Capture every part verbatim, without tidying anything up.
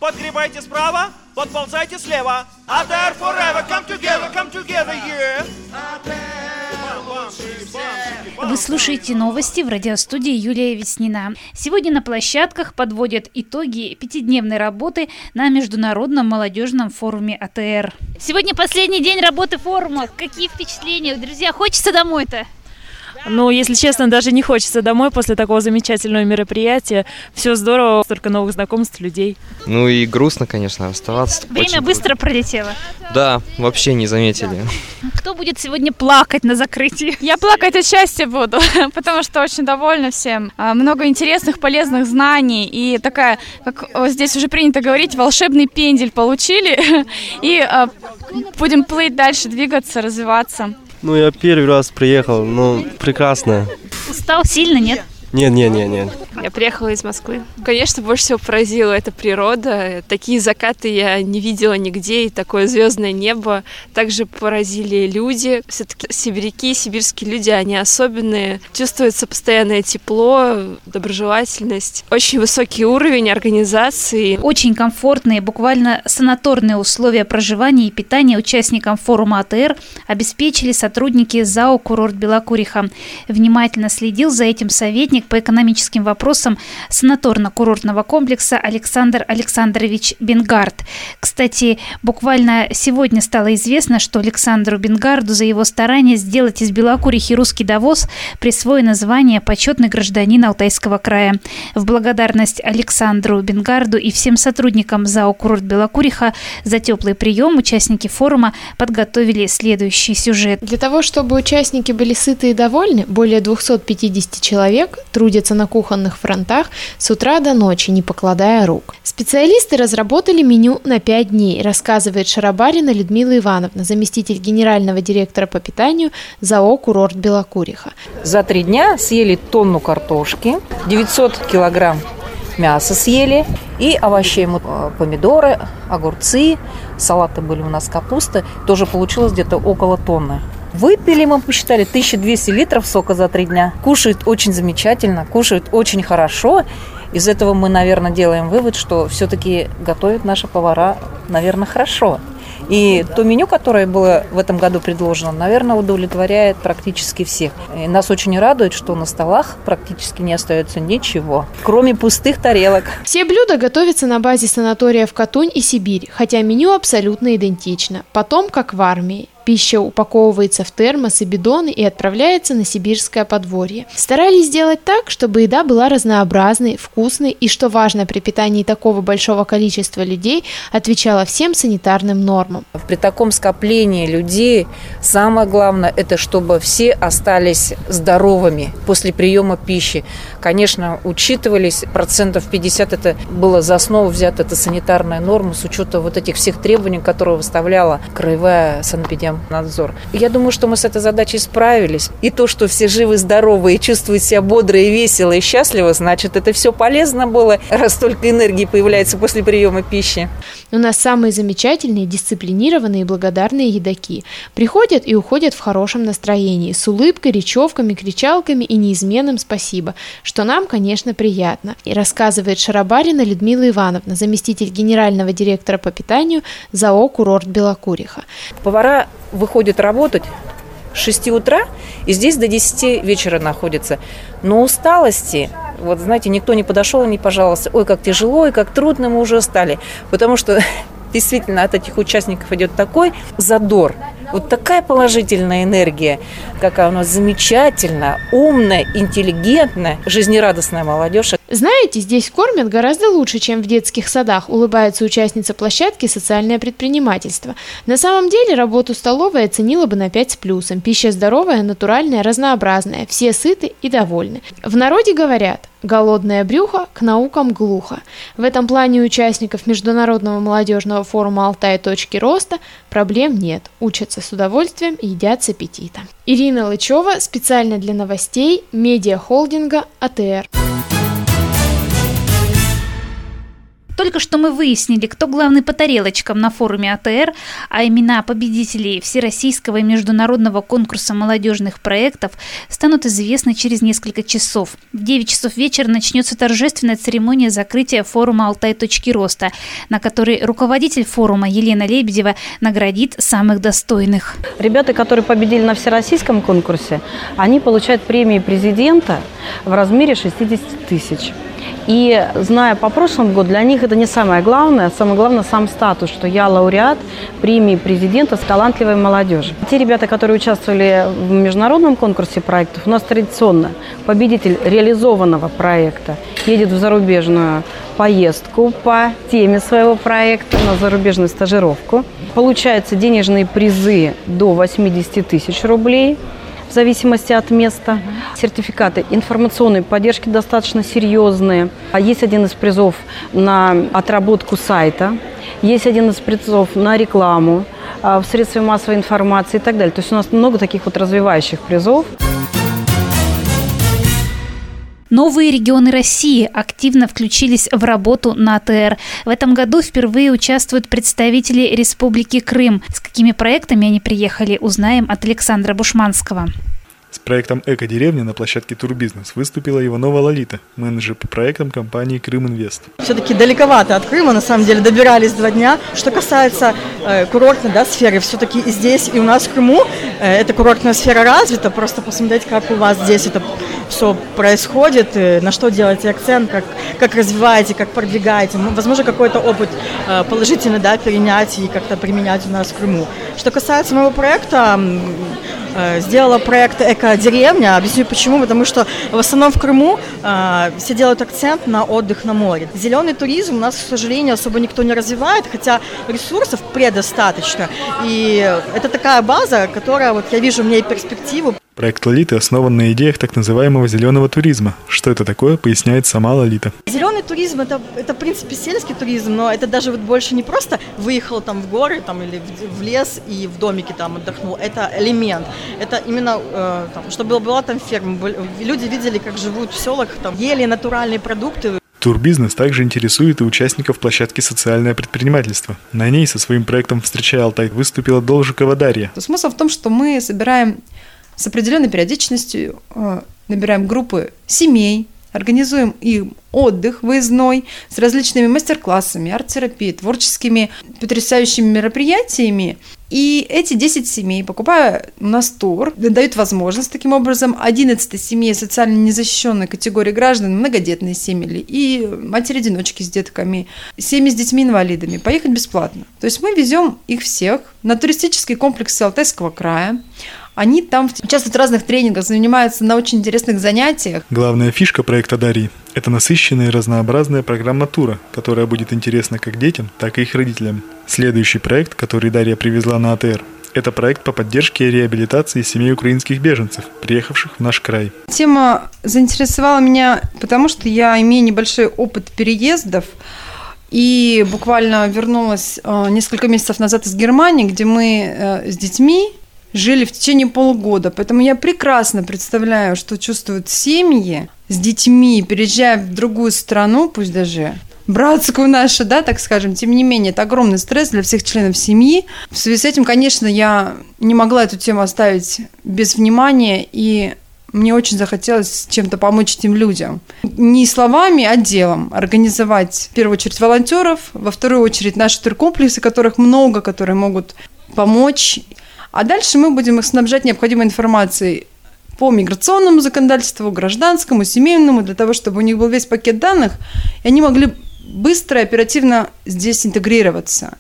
подгребайте справа, подползайте слева. АТР forever, come together, come together, yeah. Вы слушаете новости в радиостудии Юлия Веснина. Сегодня на площадках подводят итоги пятидневной работы на Международном молодежном форуме АТР. Сегодня последний день работы форума. Какие впечатления? Друзья, хочется домой-то? Ну, если честно, даже не хочется домой после такого замечательного мероприятия. Все здорово, столько новых знакомств, людей. Ну и грустно, конечно, оставаться. Время быстро пролетело. Да, вообще не заметили. Кто будет сегодня плакать на закрытии? Я плакать от счастья буду, потому что очень довольна всем. Много интересных, полезных знаний. И такая, как здесь уже принято говорить, волшебный пендель получили. И будем плыть дальше, двигаться, развиваться. Ну, я первый раз приехал, ну, прекрасно. Устал сильно, нет? Нет, нет, нет, нет. Я приехала из Москвы. Конечно, больше всего поразила эта природа. Такие закаты я не видела нигде, и такое звездное небо. Также поразили люди. Все-таки сибиряки, сибирские люди, они особенные. Чувствуется постоянное тепло, доброжелательность. Очень высокий уровень организации. Очень комфортные, буквально санаторные условия проживания и питания участникам форума АТР обеспечили сотрудники ЗАО «Курорт Белокуриха». Внимательно следил за этим советник по экономическим вопросам санаторно-курортного комплекса Александр Александрович Бенгард. Кстати, буквально сегодня стало известно, что Александру Бенгарду за его старание сделать из Белокурихи русский Давос присвоено звание «Почетный гражданин Алтайского края». В благодарность Александру Бенгарду и всем сотрудникам ЗАО «Курорт Белокуриха» за теплый прием участники форума подготовили следующий сюжет. Для того, чтобы участники были сыты и довольны, более двести пятьдесят человек трудятся на кухонных фронтах с утра до ночи, не покладая рук. Специалисты разработали меню на пять дней, рассказывает Шарабарина Людмила Ивановна, заместитель генерального директора по питанию ЗАО «Курорт Белокуриха». За три дня съели тонну картошки, девятьсот килограмм мяса съели и овощей, помидоры, огурцы, салаты были у нас, капуста, тоже получилось где-то около тонны. Выпили, мы посчитали, тысяча двести литров сока за три дня. Кушают очень замечательно, кушают очень хорошо. Из этого мы, наверное, делаем вывод, что все-таки готовят наши повара, наверное, хорошо. И то меню, которое было в этом году предложено, наверное, удовлетворяет практически всех. И нас очень радует, что на столах практически не остается ничего, кроме пустых тарелок. Все блюда готовятся на базе санаториев Катунь и Сибирь, хотя меню абсолютно идентично. Потом, как в армии. Пища упаковывается в термосы, бидоны и отправляется на сибирское подворье. Старались сделать так, чтобы еда была разнообразной, вкусной и, что важно при питании такого большого количества людей, отвечала всем санитарным нормам. При таком скоплении людей самое главное – это чтобы все остались здоровыми после приема пищи. Конечно, учитывались процентов пятьдесят, это было за основу взято, это санитарная норма с учетом вот этих всех требований, которые выставляла краевая санэпидемнадзор. Я думаю, что мы с этой задачей справились. И то, что все живы, здоровы и чувствуют себя бодро и весело и счастливо, значит, это все полезно было, раз столько энергии появляется после приема пищи. У нас самые замечательные, дисциплинированные и благодарные едоки. Приходят и уходят в хорошем настроении, с улыбкой, речевками, кричалками и неизменным спасибо, что нам, конечно, приятно. И рассказывает Шарабарина Людмила Ивановна, заместитель генерального директора по питанию ЗАО «Курорт Белокуриха». Повара выходят работать с шести утра и здесь до десяти вечера находятся. Но усталости, вот знаете, никто не подошел и не пожаловался. Ой, как тяжело и как трудно мы уже устали. Потому что действительно от этих участников идет такой задор, вот такая положительная энергия, какая у нас замечательная, умная, интеллигентная, жизнерадостная молодежь. Знаете, здесь кормят гораздо лучше, чем в детских садах, улыбается участница площадки «Социальное предпринимательство». На самом деле работу столовой оценила бы на пять с плюсом. Пища здоровая, натуральная, разнообразная, все сыты и довольны. В народе говорят: голодное брюхо к наукам глухо. В этом плане у участников Международного молодежного форума «Алтай. Точки роста» проблем нет. Учатся с удовольствием и едят с аппетитом. Ирина Лычева, специально для новостей медиахолдинга АТР. Только что мы выяснили, кто главный по тарелочкам на форуме А Т Р, а имена победителей Всероссийского и международного конкурса молодежных проектов станут известны через несколько часов. В девять часов вечера начнется торжественная церемония закрытия форума «Алтай. Точки роста», на которой руководитель форума Елена Лебедева наградит самых достойных. Ребята, которые победили на всероссийском конкурсе, они получают премии президента в размере шестьдесят тысяч. И зная по прошлому году, для них это не самое главное. Самое главное сам статус, что я лауреат премии президента с талантливой молодежи. Те ребята, которые участвовали в международном конкурсе проектов, у нас традиционно победитель реализованного проекта едет в зарубежную поездку по теме своего проекта, на зарубежную стажировку. Получаются денежные призы до восемьдесят тысяч рублей. В зависимости от места. Сертификаты информационной поддержки достаточно серьезные. Есть один из призов на отработку сайта, есть один из призов на рекламу в средстве массовой информации и так далее. То есть у нас много таких вот развивающих призов. Новые регионы России активно включились в работу на А Т Р. В этом году впервые участвуют представители Республики Крым. С какими проектами они приехали, узнаем от Александра Бушманского. С проектом «Эко-деревня» на площадке «Турбизнес» выступила Иванова Лолита, менеджер по проектам компании «Крым-Инвест». Все-таки далековато от Крыма, на самом деле, добирались два дня. Что касается э, курортной да, сферы, все-таки и здесь, и у нас в Крыму э, эта курортная сфера развита. Просто посмотреть, как у вас здесь это все происходит, э, на что делаете акцент, как, как развиваете, как продвигаете. Возможно, какой-то опыт э, положительный да, перенять и как-то применять у нас в Крыму. Что касается моего проекта, э, сделала проект «Эко-деревня». Объясню почему. Потому что в основном в Крыму э, все делают акцент на отдых на море. Зеленый туризм у нас, к сожалению, особо никто не развивает, хотя ресурсов предостаточно. И это такая база, которая, вот я вижу в ней перспективу. Проект Лолиты основан на идеях так называемого зеленого туризма. Что это такое, поясняет сама Лолита. Зеленый туризм это, это в принципе сельский туризм, но это даже вот больше не просто выехал там в горы там, или в, в лес и в домике там отдохнул. Это элемент. Это именно, э, там, чтобы была там ферма. Люди видели, как живут в селах, там, ели натуральные продукты. Турбизнес также интересует и участников площадки «Социальное предпринимательство». На ней со своим проектом «Встречай Алтай» выступила Должикова Дарья. Смысл в том, что мы собираем с определенной периодичностью, набираем группы семей, организуем им отдых выездной с различными мастер-классами, арт-терапией, творческими потрясающими мероприятиями. И эти десять семей, покупая у нас тур, дают возможность таким образом одиннадцатой семье социально незащищенной категории граждан, многодетные семьи и матери-одиночки с детками, семьи с детьми-инвалидами, поехать бесплатно. То есть мы везем их всех на туристические комплексы Алтайского края. Они там участвуют в разных тренингах, занимаются на очень интересных занятиях. Главная фишка проекта Дарьи – это насыщенная и разнообразная программа тура, которая будет интересна как детям, так и их родителям. Следующий проект, который Дарья привезла на А Т Р, это проект по поддержке и реабилитации семей украинских беженцев, приехавших в наш край. Тема заинтересовала меня, потому что я имею небольшой опыт переездов. И буквально вернулась несколько месяцев назад из Германии, где мы с детьми жили в течение полугода. Поэтому я прекрасно представляю, что чувствуют семьи с детьми, переезжая в другую страну, пусть даже братскую нашу, да, так скажем. Тем не менее, это огромный стресс для всех членов семьи. В связи с этим, конечно, я не могла эту тему оставить без внимания, и мне очень захотелось чем-то помочь этим людям. Не словами, а делом. Организовать, в первую очередь, волонтеров, во вторую очередь, наши туркомплексы, которых много, которые могут помочь. А дальше мы будем их снабжать необходимой информацией по миграционному законодательству, гражданскому, семейному, для того, чтобы у них был весь пакет данных, и они могли быстро и оперативно здесь интегрироваться.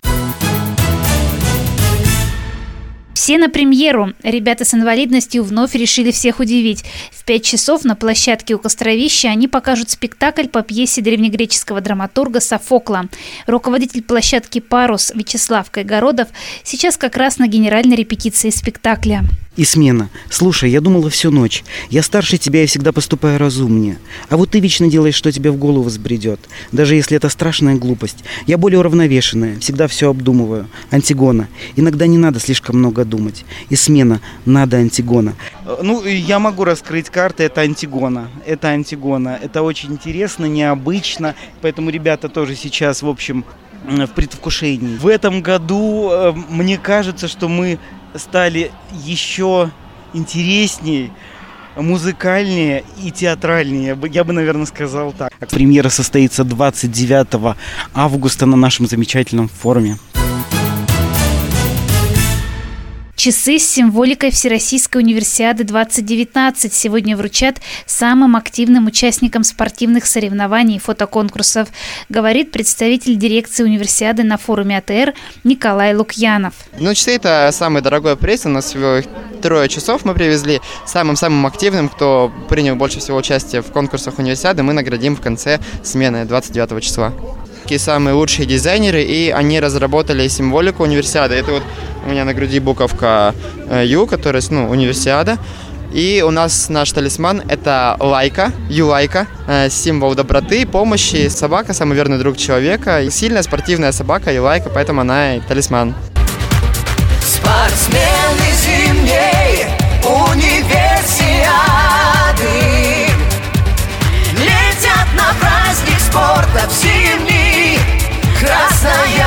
Все на премьеру. Ребята с инвалидностью вновь решили всех удивить. В пять часов на площадке у Костровища они покажут спектакль по пьесе древнегреческого драматурга Софокла. Руководитель площадки «Парус» Вячеслав Кайгородов сейчас как раз на генеральной репетиции спектакля. И смена. Слушай, я думала всю ночь. Я старше тебя и всегда поступаю разумнее. А вот ты вечно делаешь, что тебе в голову взбредет. Даже если это страшная глупость. Я более уравновешенная, всегда все обдумываю. Антигона. Иногда не надо слишком много думать. И смена. Надо Антигона. Ну, я могу раскрыть карты. Это Антигона. Это Антигона. Это очень интересно, необычно. Поэтому ребята тоже сейчас, в общем, в предвкушении. В этом году, мне кажется, что мы стали еще интереснее, музыкальнее и театральнее. Я бы, наверное, сказал так. Премьера состоится двадцать девятого августа на нашем замечательном форуме. Часы с символикой Всероссийской универсиады двадцать девятнадцать сегодня вручат самым активным участникам спортивных соревнований и фотоконкурсов, говорит представитель дирекции универсиады на форуме АТР Николай Лукьянов. Ну, часы – это самый дорогой приз. У нас всего трое часов мы привезли. Самым-самым активным, кто принял больше всего участия в конкурсах универсиады, мы наградим в конце смены двадцать девятого числа. Такие самые лучшие дизайнеры, и они разработали символику универсиады. Это вот у меня на груди буковка Ю, которая, ну, универсиада. И у нас наш талисман – это лайка, Ю-лайка, символ доброты, помощи. Собака – самый верный друг человека. Сильная спортивная собака Ю-лайка, поэтому она и талисман. Спортсмены зимней универсиады летят на праздник спорта в зимний Красноярск.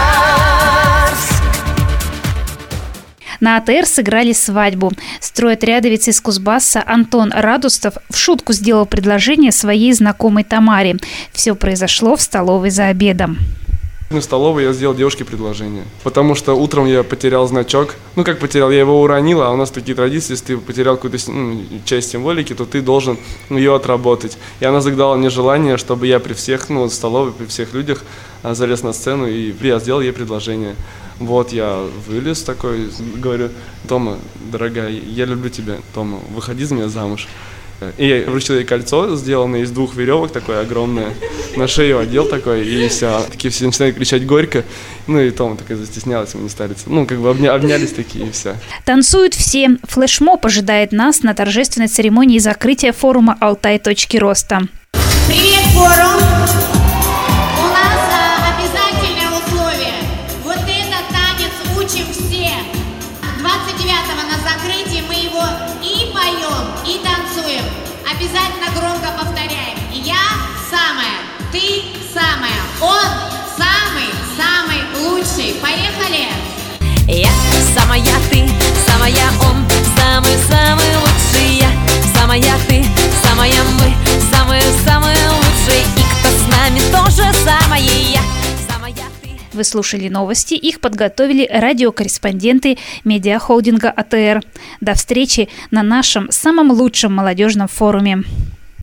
На АТР сыграли свадьбу. Стройотрядовец из Кузбасса Антон Радустов в шутку сделал предложение своей знакомой Тамаре. Все произошло в столовой за обедом. В столовой я сделал девушке предложение, потому что утром я потерял значок. Ну, как потерял, я его уронил, а у нас такие традиции, если ты потерял какую-то, ну, часть символики, то ты должен, ну, ее отработать. И она загадала мне желание, чтобы я при всех, ну, в столовой, при всех людях залез на сцену, и я сделал ей предложение. Вот я вылез такой, говорю: Тома, дорогая, я люблю тебя, Тома, выходи за меня замуж. И я вручил ей кольцо, сделанное из двух веревок, такое огромное, на шею одел такое, и все. Такие все начинают кричать горько. Ну и Тома такая застеснялась, мы не стали. Ну, как бы обня- обнялись такие, и все. Танцуют все. Флешмоб ожидает нас на торжественной церемонии закрытия форума «Алтай. Точки роста». Привет, форум! У нас а, обязательное условие. Вот этот танец учим все. двадцать девятого на закрытии мы его и поем, и танцуем. Обязательно громко повторяем. Я самая, ты самая, он самый-самый лучший. Поехали! Я самая, ты самая, он самый-самый лучший. Я самая, ты самая, мы самые-самые лучшие. И кто с нами тоже самое я. Вы слушали новости, их подготовили радиокорреспонденты медиахолдинга АТР. До встречи на нашем самом лучшем молодежном форуме.